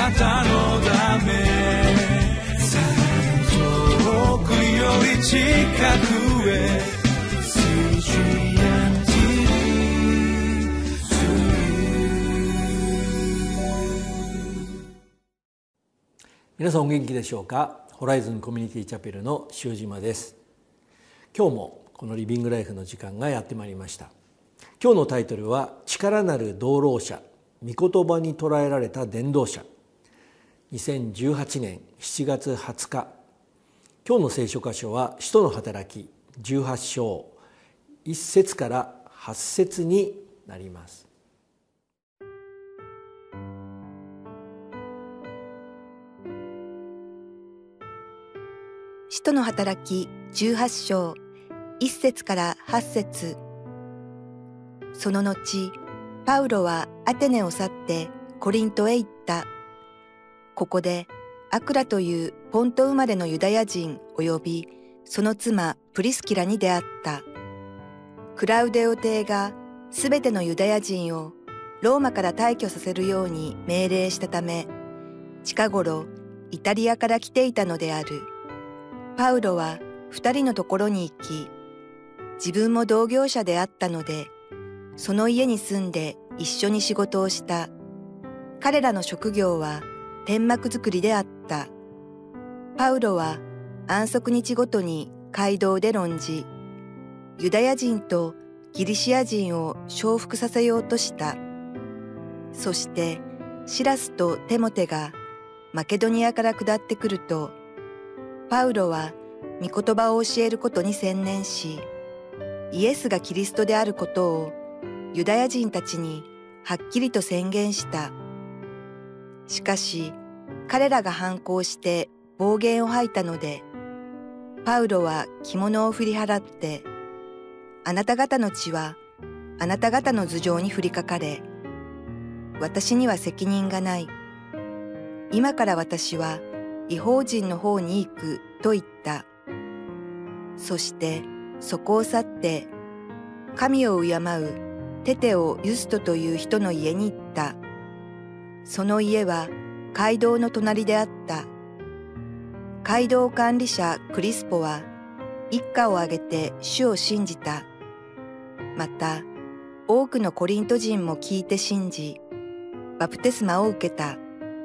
なたのため遠くより近くへ皆さんお元気でしょうか。ホライズンコミュニティチャペルの塩島です。今日もこのリビングライフの時間がやってまいりました。今日のタイトルは力なる道路者、御言葉に捉えられた伝道者。2018年7月20日、今日の聖書箇所は使徒の働き18章1節から8節になります。 使徒の働き18章1節から8節。その後、パウロはアテネを去ってコリントへ行った。ここでアクラというポント生まれのユダヤ人及びその妻プリスキラに出会った。クラウデオ帝がすべてのユダヤ人をローマから退去させるように命令したため、近頃イタリアから来ていたのである。パウロは二人のところに行き、自分も同業者であったので、その家に住んで一緒に仕事をした。彼らの職業は天幕作りであった。パウロは安息日ごとに街道で論じ、ユダヤ人とギリシア人を承服させようとした。そしてシラスとテモテがマケドニアから下ってくると、パウロは御言葉を教えることに専念し、イエスがキリストであることをユダヤ人たちにはっきりと宣言した。しかし、彼らが反抗して暴言を吐いたので、パウロは着物を振り払って、あなた方の血はあなた方の頭上に降りかかれ、私には責任がない。今から私は異邦人の方に行くと言った。そしてそこを去って、神を敬うテテオ・ユストという人の家に行った。その家は街道の隣であった。街道管理者クリスポは一家を挙げて主を信じた。また多くのコリント人も聞いて信じ、バプテスマを受けた。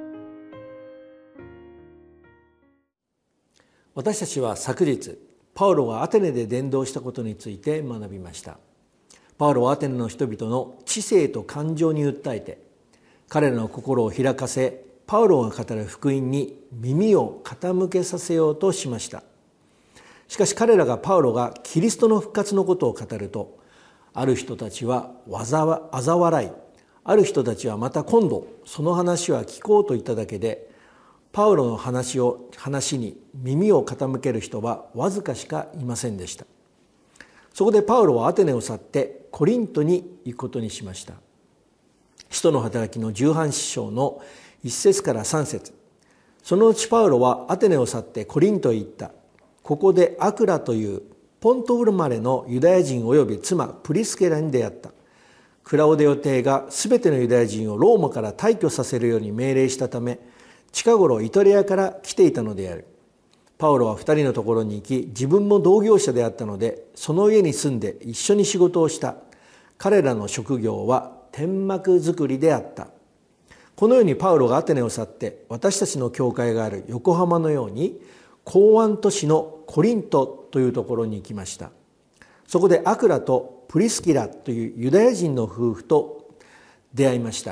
私たちは昨日、パウロがアテネで伝道したことについて学びました。パウロはアテネの人々の知性と感情に訴えて、彼らの心を開かせ、パウロが語る福音に耳を傾けさせようとしました。しかし彼らがパウロがキリストの復活のことを語ると、ある人たちは嘲笑い、ある人たちはまた今度その話は聞こうと言っただけで、パウロの話に耳を傾ける人はわずかしかいませんでした。そこでパウロはアテネを去ってコリントに行くことにしました。使徒の働きの18章の1節から3節。そのうちパウロはアテネを去ってコリントへ行った。ここでアクラというポント生まれのユダヤ人及び妻プリスケラに出会った。クラウデオ帝がすべてのユダヤ人をローマから退去させるように命令したため、近頃イタリアから来ていたのである。パウロは二人のところに行き、自分も同業者であったので、その家に住んで一緒に仕事をした。彼らの職業は天幕作りであった。このようにパウロがアテネを去って、私たちの教会がある横浜のように、港湾都市のコリントというところに行きました。そこでアクラとプリスキラというユダヤ人の夫婦と出会いました。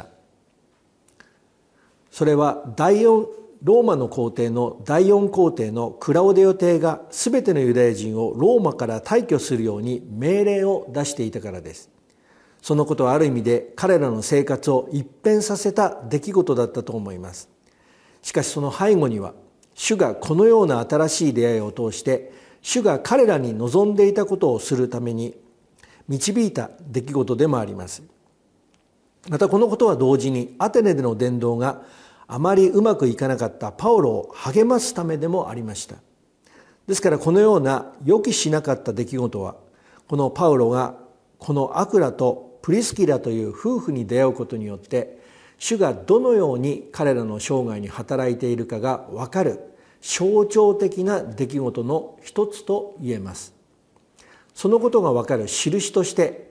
それはローマの皇帝の第4皇帝のクラウデオ帝がすべてのユダヤ人をローマから退去するように命令を出していたからです。そのことはある意味で彼らの生活を一変させた出来事だったと思います。しかしその背後には、主がこのような新しい出会いを通して主が彼らに望んでいたことをするために導いた出来事でもあります。またこのことは同時にアテネでの伝道があまりうまくいかなかったパウロを励ますためでもありました。ですからこのような予期しなかった出来事は、このパウロがこのアクラとプリスキラという夫婦に出会うことによって主がどのように彼らの生涯に働いているかが分かる象徴的な出来事の一つと言えます。そのことが分かる印として、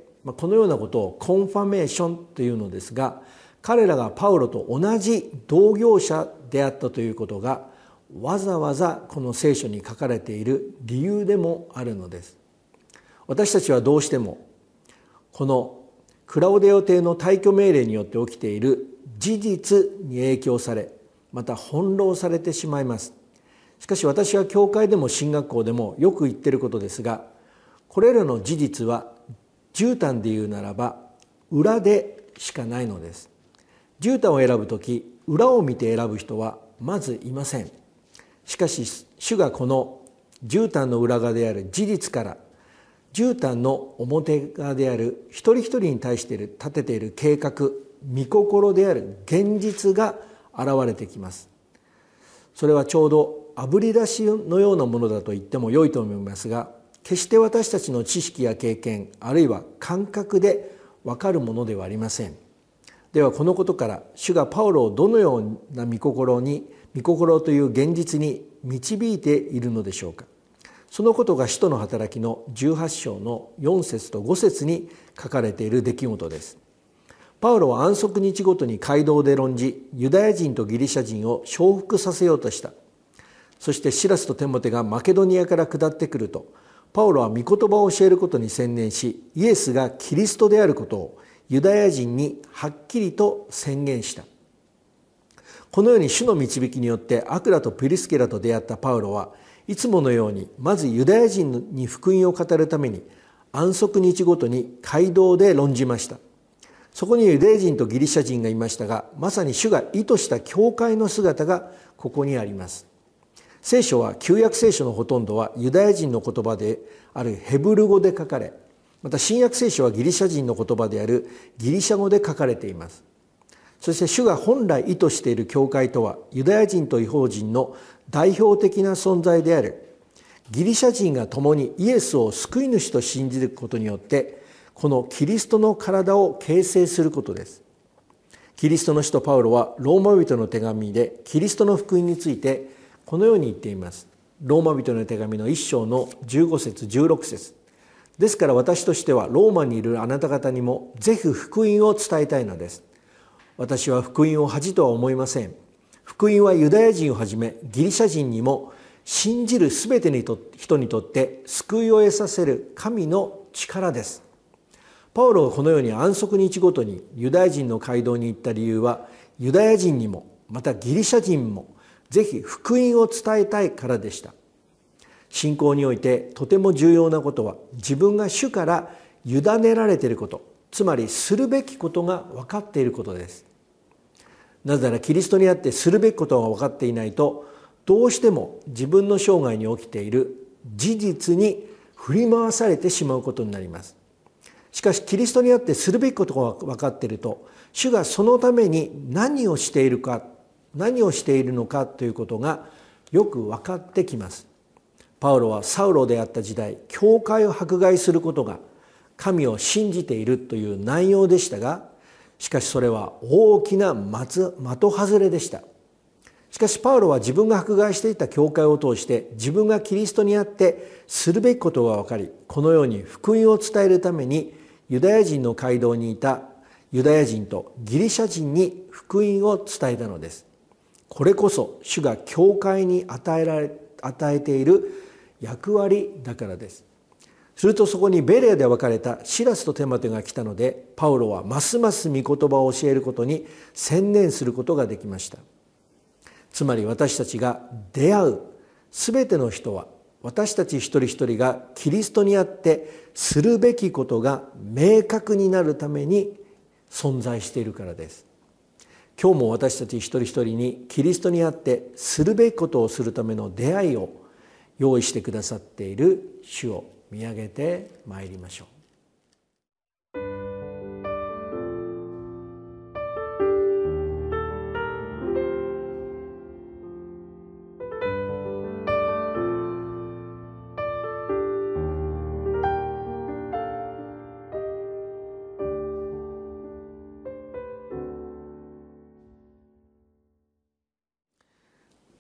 このようなことをコンファメーションというのですが、彼らがパウロと同じ同業者であったということがわざわざこの聖書に書かれている理由でもあるのです。私たちはどうしてもこのクラウデオ帝の退去命令によって起きている事実に影響され、また翻弄されてしまいます。しかし私は教会でも神学校でもよく言っていることですが、これらの事実は絨毯で言うならば裏でしかないのです。絨毯を選ぶとき、裏を見て選ぶ人はまずいません。しかし主がこの絨毯の裏側である事実から絨毯の表側である一人一人に対して立てている計画、御心である現実が現れてきます。それはちょうどあぶり出しのようなものだと言っても良いと思いますが、決して私たちの知識や経験、あるいは感覚で分かるものではありません。ではこのことから主がパウロをどのような御心という現実に導いているのでしょうか。そのことが使徒の働きの18章の4節と5節に書かれている出来事です。パウロは安息日ごとに街道で論じ、ユダヤ人とギリシャ人を承服させようとした。そしてシラスとテモテがマケドニアから下ってくると、パウロは御言葉を教えることに専念し、イエスがキリストであることをユダヤ人にはっきりと宣言した。このように主の導きによってアクラとプリスケラと出会ったパウロはいつものようにまずユダヤ人に福音を語るために安息日ごとに街道で論じました。そこにユダヤ人とギリシャ人がいましたが、まさに主が意図した教会の姿がここにあります。聖書は旧約聖書のほとんどはユダヤ人の言葉であるヘブル語で書かれ、また新約聖書はギリシャ人の言葉であるギリシャ語で書かれています。そして主が本来意図している教会とはユダヤ人と異邦人の代表的な存在であるギリシャ人が共にイエスを救い主と信じることによってこのキリストの体を形成することです。キリストの使徒パウロはローマ人の手紙でキリストの福音についてこのように言っています。ローマ人の手紙の1章の15節16節ですから私としてはローマにいるあなた方にもぜひ福音を伝えたいのです。私は福音を恥とは思いません。福音はユダヤ人をはじめギリシャ人にも信じるすべての人にとって救いを得させる神の力です。パウロがこのように安息日ごとにユダヤ人の街道に行った理由はユダヤ人にもまたギリシャ人もぜひ福音を伝えたいからでした。信仰においてとても重要なことは自分が主から委ねられていること、つまりするべきことが分かっていることです。なぜならキリストにあってするべきことが分かっていないとどうしても自分の生涯に起きている事実に振り回されてしまうことになります。しかしキリストにあってするべきことが分かっていると主がそのために何をしているのかということがよく分かってきます。パウロはサウロであった時代、教会を迫害することが神を信じているという内容でしたが、しかしそれは大きな的外れでした。しかしパウロは自分が迫害していた教会を通して自分がキリストにあってするべきことが分かり、このように福音を伝えるためにユダヤ人の街道にいたユダヤ人とギリシャ人に福音を伝えたのです。これこそ主が教会に与えている役割だからです。するとそこにベレアで別れたシラスとテモテが来たので、パウロはますます御言葉を教えることに専念することができました。つまり私たちが出会うすべての人は、私たち一人一人がキリストにあってするべきことが明確になるために存在しているからです。今日も私たち一人一人にキリストにあってするべきことをするための出会いを用意してくださっている主を見上げてまいりましょう。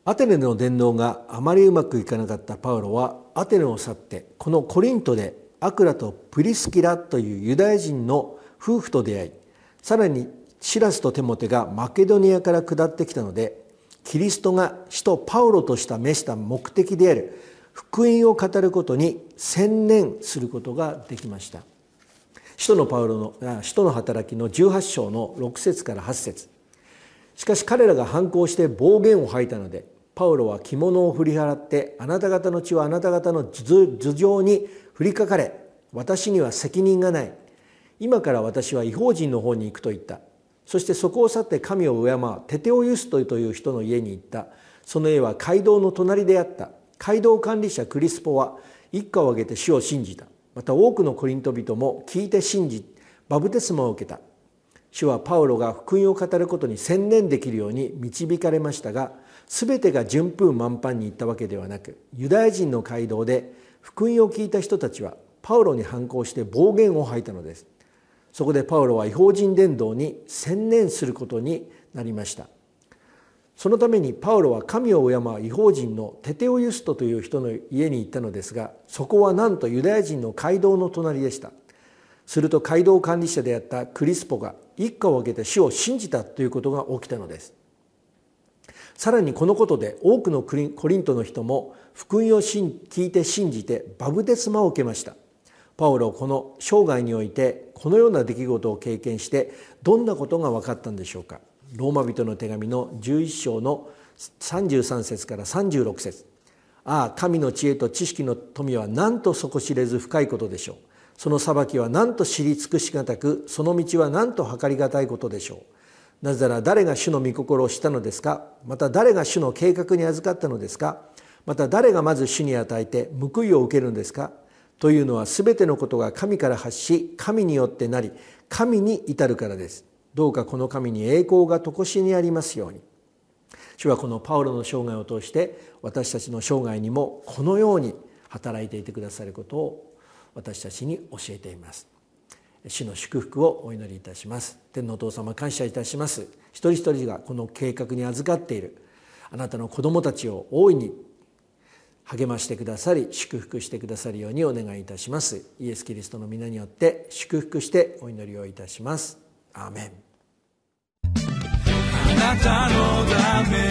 アテネでの伝道があまりうまくいかなかったパウロはアテネを去ってこのコリントでアクラとプリスキラというユダヤ人の夫婦と出会い、さらにシラスとテモテがマケドニアから下ってきたので、キリストが使徒パウロとした召した目的である福音を語ることに専念することができました。使徒の働きの18章の6節から8節。しかし彼らが反抗して暴言を吐いたので、パウロは着物を振り払って、あなた方の血はあなた方の頭上に降りかかれ、私には責任がない。今から私は異邦人の方に行くと言った。そしてそこを去って神を敬うテテオユストという人の家に行った。その家は街道の隣であった。街道管理者クリスポは一家を挙げて主を信じた。また多くのコリント人も聞いて信じ、バプテスマを受けた。主はパウロが福音を語ることに専念できるように導かれましたが、すべてが順風満帆にいったわけではなく、ユダヤ人の街道で福音を聞いた人たちはパウロに反抗して暴言を吐いたのです。そこでパウロは異邦人伝道に専念することになりました。そのためにパウロは神を敬う異邦人のテテオユストという人の家に行ったのですが、そこはなんとユダヤ人の街道の隣でした。すると街道管理者であったクリスポが一家を挙げて主を信じたということが起きたのです。さらにこのことで多くのコリントの人も福音を聞いて信じてバプテスマを受けました。パウロこの生涯においてこのような出来事を経験してどんなことが分かったんでしょうか。ローマ人の手紙の11章の33節から36節。ああ、神の知恵と知識の富はなんと底知れず深いことでしょう。その裁きはなんと知り尽くしがたく、その道はなんと計りがたいことでしょう。なぜなら誰が主の御心をしたのですか。また誰が主の計画に預かったのですか。また誰がまず主に与えて報いを受けるのですか。というのはすべてのことが神から発し、神によってなり、神に至るからです。どうかこの神に栄光が常しにありますように。主はこのパウロの生涯を通して私たちの生涯にもこのように働いていてくださることを私たちに教えています。主の祝福をお祈りいたします。天のお父様、感謝いたします。一人一人がこの計画に預かっているあなたの子どもたちを大いに励ましてくださり、祝福してくださるようにお願いいたします。イエス・キリストの皆によって祝福してお祈りをいたします。アーメン。 あなたのため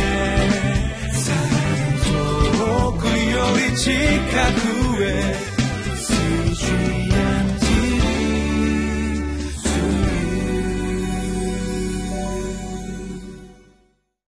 遠くより近くへ